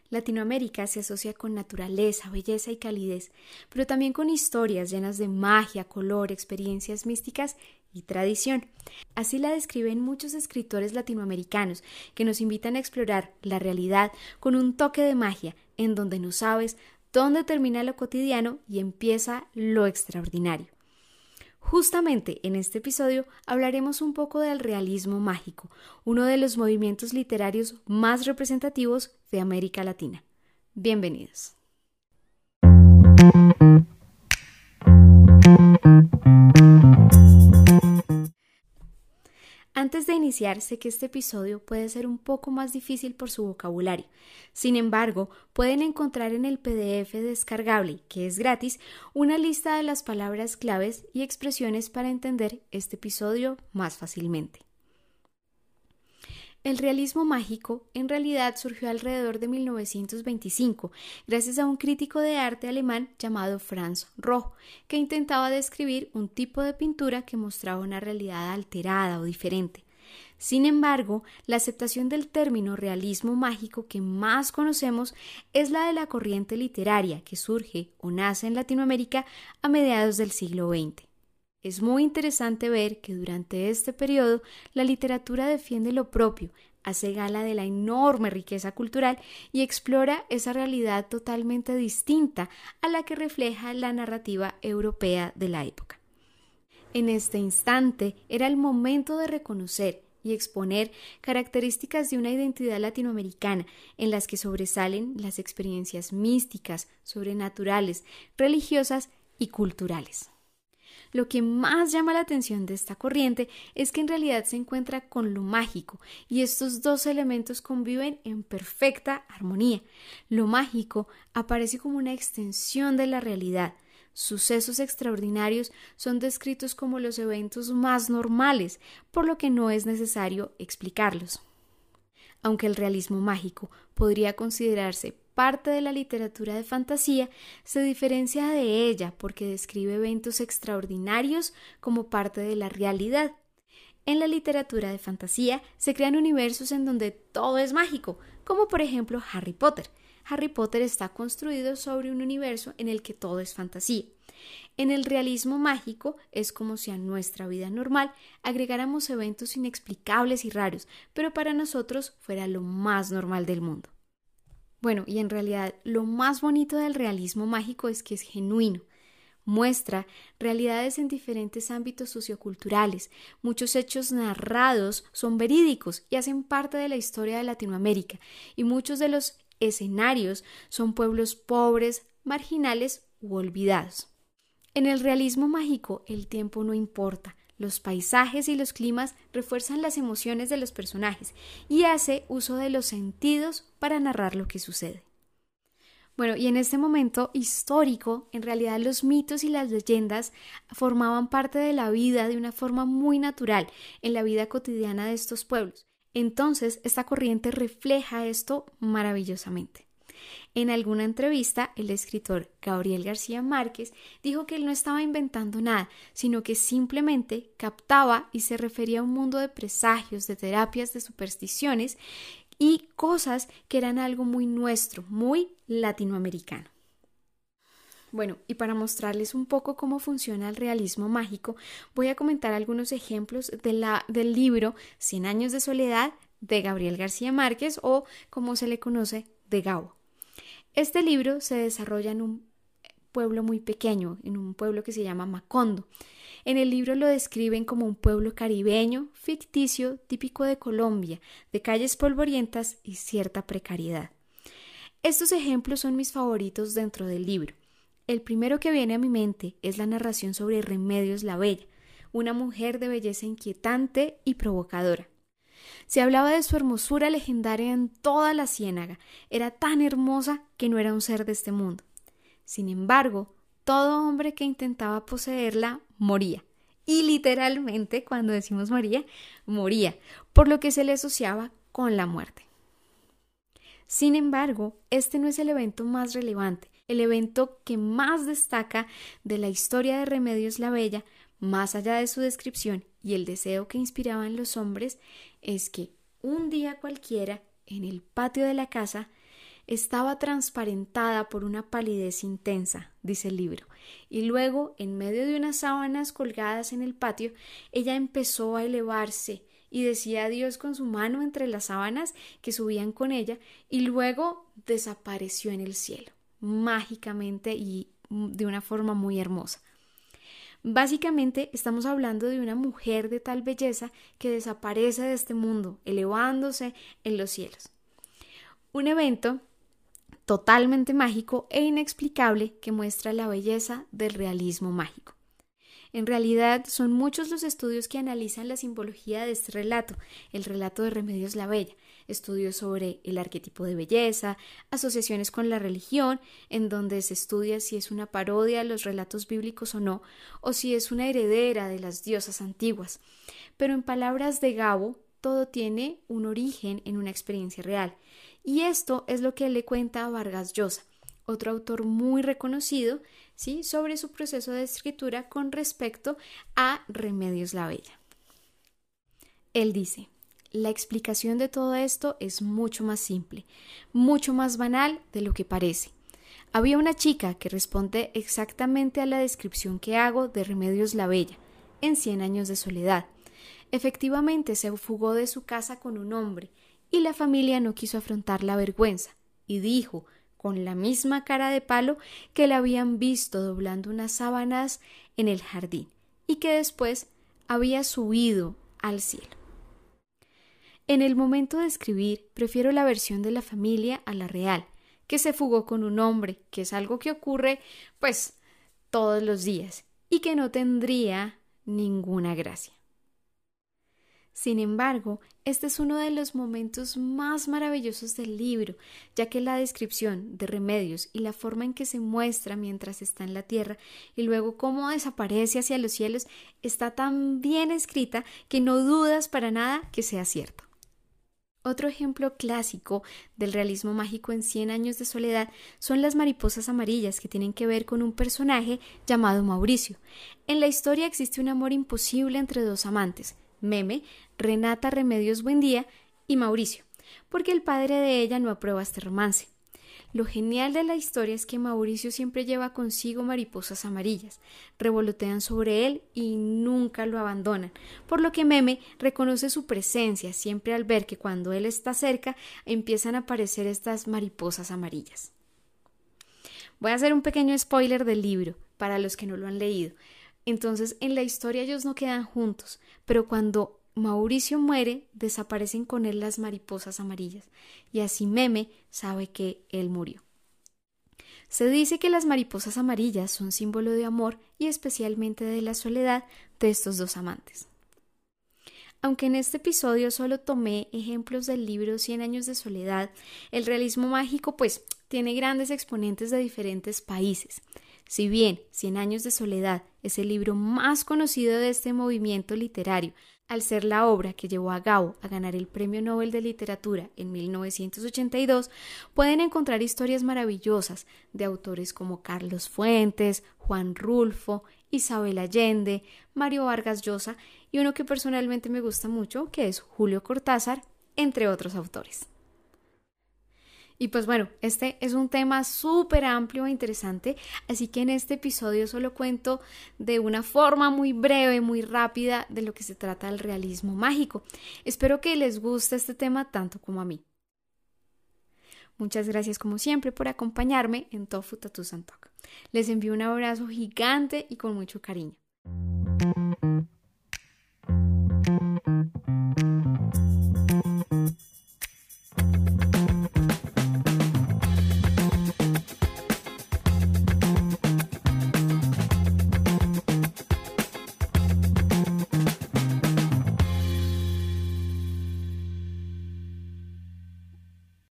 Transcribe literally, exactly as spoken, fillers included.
Latinoamérica se asocia con naturaleza, belleza y calidez, pero también con historias llenas de magia, color, experiencias místicas y tradición. Así la describen muchos escritores latinoamericanos que nos invitan a explorar la realidad con un toque de magia, en donde no sabes dónde termina lo cotidiano y empieza lo extraordinario. Justamente en este episodio hablaremos un poco del realismo mágico, uno de los movimientos literarios más representativos de América Latina. Bienvenidos. Antes de iniciar, sé que este episodio puede ser un poco más difícil por su vocabulario. Sin embargo, pueden encontrar en el P D F descargable, que es gratis, una lista de las palabras claves y expresiones para entender este episodio más fácilmente. El realismo mágico en realidad surgió alrededor de mil novecientos veinticinco, gracias a un crítico de arte alemán llamado Franz Roh, que intentaba describir un tipo de pintura que mostraba una realidad alterada o diferente. Sin embargo, la aceptación del término realismo mágico que más conocemos es la de la corriente literaria que surge o nace en Latinoamérica a mediados del siglo veinte. Es muy interesante ver que durante este periodo la literatura defiende lo propio, hace gala de la enorme riqueza cultural y explora esa realidad totalmente distinta a la que refleja la narrativa europea de la época. En este instante era el momento de reconocer y exponer características de una identidad latinoamericana en las que sobresalen las experiencias místicas, sobrenaturales, religiosas y culturales. Lo que más llama la atención de esta corriente es que en realidad se encuentra con lo mágico y estos dos elementos conviven en perfecta armonía. Lo mágico aparece como una extensión de la realidad. Sucesos extraordinarios son descritos como los eventos más normales, por lo que no es necesario explicarlos. Aunque el realismo mágico podría considerarse parte de la literatura de fantasía, se diferencia de ella porque describe eventos extraordinarios como parte de la realidad. En la literatura de fantasía se crean universos en donde todo es mágico, como por ejemplo Harry Potter. Harry Potter está construido sobre un universo en el que todo es fantasía. En el realismo mágico es como si a nuestra vida normal agregáramos eventos inexplicables y raros, pero para nosotros fuera lo más normal del mundo. Bueno, y en realidad lo más bonito del realismo mágico es que es genuino. Muestra realidades en diferentes ámbitos socioculturales. Muchos hechos narrados son verídicos y hacen parte de la historia de Latinoamérica, y muchos de los escenarios son pueblos pobres, marginales u olvidados. En el realismo mágico el tiempo no importa. Los paisajes y los climas refuerzan las emociones de los personajes y hace uso de los sentidos para narrar lo que sucede. Bueno, y en este momento histórico, en realidad los mitos y las leyendas formaban parte de la vida de una forma muy natural en la vida cotidiana de estos pueblos. Entonces, esta corriente refleja esto maravillosamente. En alguna entrevista, el escritor Gabriel García Márquez dijo que él no estaba inventando nada, sino que simplemente captaba y se refería a un mundo de presagios, de terapias, de supersticiones y cosas que eran algo muy nuestro, muy latinoamericano. Bueno, y para mostrarles un poco cómo funciona el realismo mágico, voy a comentar algunos ejemplos de la, del libro Cien años de soledad de Gabriel García Márquez, o como se le conoce, de Gabo. Este libro se desarrolla en un pueblo muy pequeño, en un pueblo que se llama Macondo. En el libro lo describen como un pueblo caribeño, ficticio, típico de Colombia, de calles polvorientas y cierta precariedad. Estos ejemplos son mis favoritos dentro del libro. El primero que viene a mi mente es la narración sobre Remedios la Bella, una mujer de belleza inquietante y provocadora. Se hablaba de su hermosura legendaria en toda la ciénaga. Era tan hermosa que no era un ser de este mundo. Sin embargo, todo hombre que intentaba poseerla moría. Y literalmente, cuando decimos moría, moría, por lo que se le asociaba con la muerte. Sin embargo, este no es el evento más relevante. El evento que más destaca de la historia de Remedios la Bella, más allá de su descripción y el deseo que inspiraba en los hombres, es que un día cualquiera, en el patio de la casa, Estaba transparentada por una palidez intensa, dice el libro, y luego, en medio de unas sábanas colgadas en el patio, ella empezó a elevarse y decía adiós con su mano entre las sábanas que subían con ella, y luego desapareció en el cielo, mágicamente y de una forma muy hermosa. Básicamente estamos hablando de una mujer de tal belleza que desaparece de este mundo, elevándose en los cielos. Un evento totalmente mágico e inexplicable que muestra la belleza del realismo mágico. En realidad, son muchos los estudios que analizan la simbología de este relato, el relato de Remedios la Bella, estudios sobre el arquetipo de belleza, asociaciones con la religión, en donde se estudia si es una parodia de los relatos bíblicos o no, o si es una heredera de las diosas antiguas. Pero en palabras de Gabo, todo tiene un origen en una experiencia real, y esto es lo que le cuenta a Vargas Llosa, otro autor muy reconocido, ¿sí?, sobre su proceso de escritura con respecto a Remedios la Bella. Él dice: la explicación de todo esto es mucho más simple, mucho más banal de lo que parece. Había una chica que responde exactamente a la descripción que hago de Remedios la Bella, en Cien años de soledad. Efectivamente se fugó de su casa con un hombre, y la familia no quiso afrontar la vergüenza, y dijo, con la misma cara de palo, que la habían visto doblando unas sábanas en el jardín, y que después había subido al cielo. En el momento de escribir, prefiero la versión de la familia a la real, que se fugó con un hombre, que es algo que ocurre, pues, todos los días, y que no tendría ninguna gracia. Sin embargo, este es uno de los momentos más maravillosos del libro, ya que la descripción de Remedios y la forma en que se muestra mientras está en la tierra y luego cómo desaparece hacia los cielos está tan bien escrita que no dudas para nada que sea cierto. Otro ejemplo clásico del realismo mágico en Cien años de soledad son las mariposas amarillas, que tienen que ver con un personaje llamado Mauricio. En la historia existe un amor imposible entre dos amantes, Meme, Renata Remedios Buendía y Mauricio, porque el padre de ella no aprueba este romance. Lo genial de la historia es que Mauricio siempre lleva consigo mariposas amarillas, revolotean sobre él y nunca lo abandonan, por lo que Meme reconoce su presencia siempre al ver que cuando él está cerca empiezan a aparecer estas mariposas amarillas. Voy a hacer un pequeño spoiler del libro para los que no lo han leído. Entonces, en la historia ellos no quedan juntos, pero cuando Mauricio muere, desaparecen con él las mariposas amarillas, y así Meme sabe que él murió. Se dice que las mariposas amarillas son símbolo de amor y especialmente de la soledad de estos dos amantes. Aunque en este episodio solo tomé ejemplos del libro Cien años de soledad, el realismo mágico pues tiene grandes exponentes de diferentes países. Si bien Cien años de soledad es el libro más conocido de este movimiento literario, al ser la obra que llevó a Gabo a ganar el Premio Nobel de Literatura en mil novecientos ochenta y dos, pueden encontrar historias maravillosas de autores como Carlos Fuentes, Juan Rulfo, Isabel Allende, Mario Vargas Llosa y uno que personalmente me gusta mucho, que es Julio Cortázar, entre otros autores. Y pues bueno, este es un tema súper amplio e interesante, así que en este episodio solo cuento de una forma muy breve, muy rápida de lo que se trata del realismo mágico. Espero que les guste este tema tanto como a mí. Muchas gracias como siempre por acompañarme en Tofu Tattoos and Talk. Les envío un abrazo gigante y con mucho cariño.